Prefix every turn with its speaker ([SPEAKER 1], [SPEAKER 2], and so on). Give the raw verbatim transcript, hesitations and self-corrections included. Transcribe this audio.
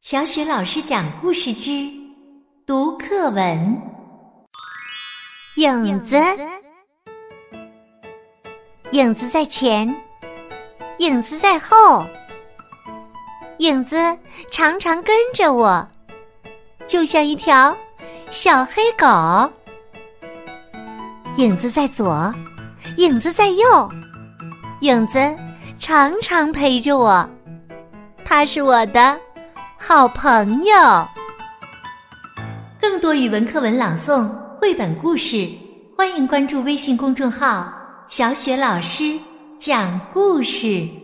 [SPEAKER 1] 小雪老师讲故事之读课文。
[SPEAKER 2] 影子，影子在前，影子在后，影子常常跟着我，就像一条小黑狗。影子在左，影子在右，影子常常陪着我，它是我的好朋友。
[SPEAKER 1] 更多语文课文朗诵、绘本故事，欢迎关注微信公众号“小雪老师讲故事”。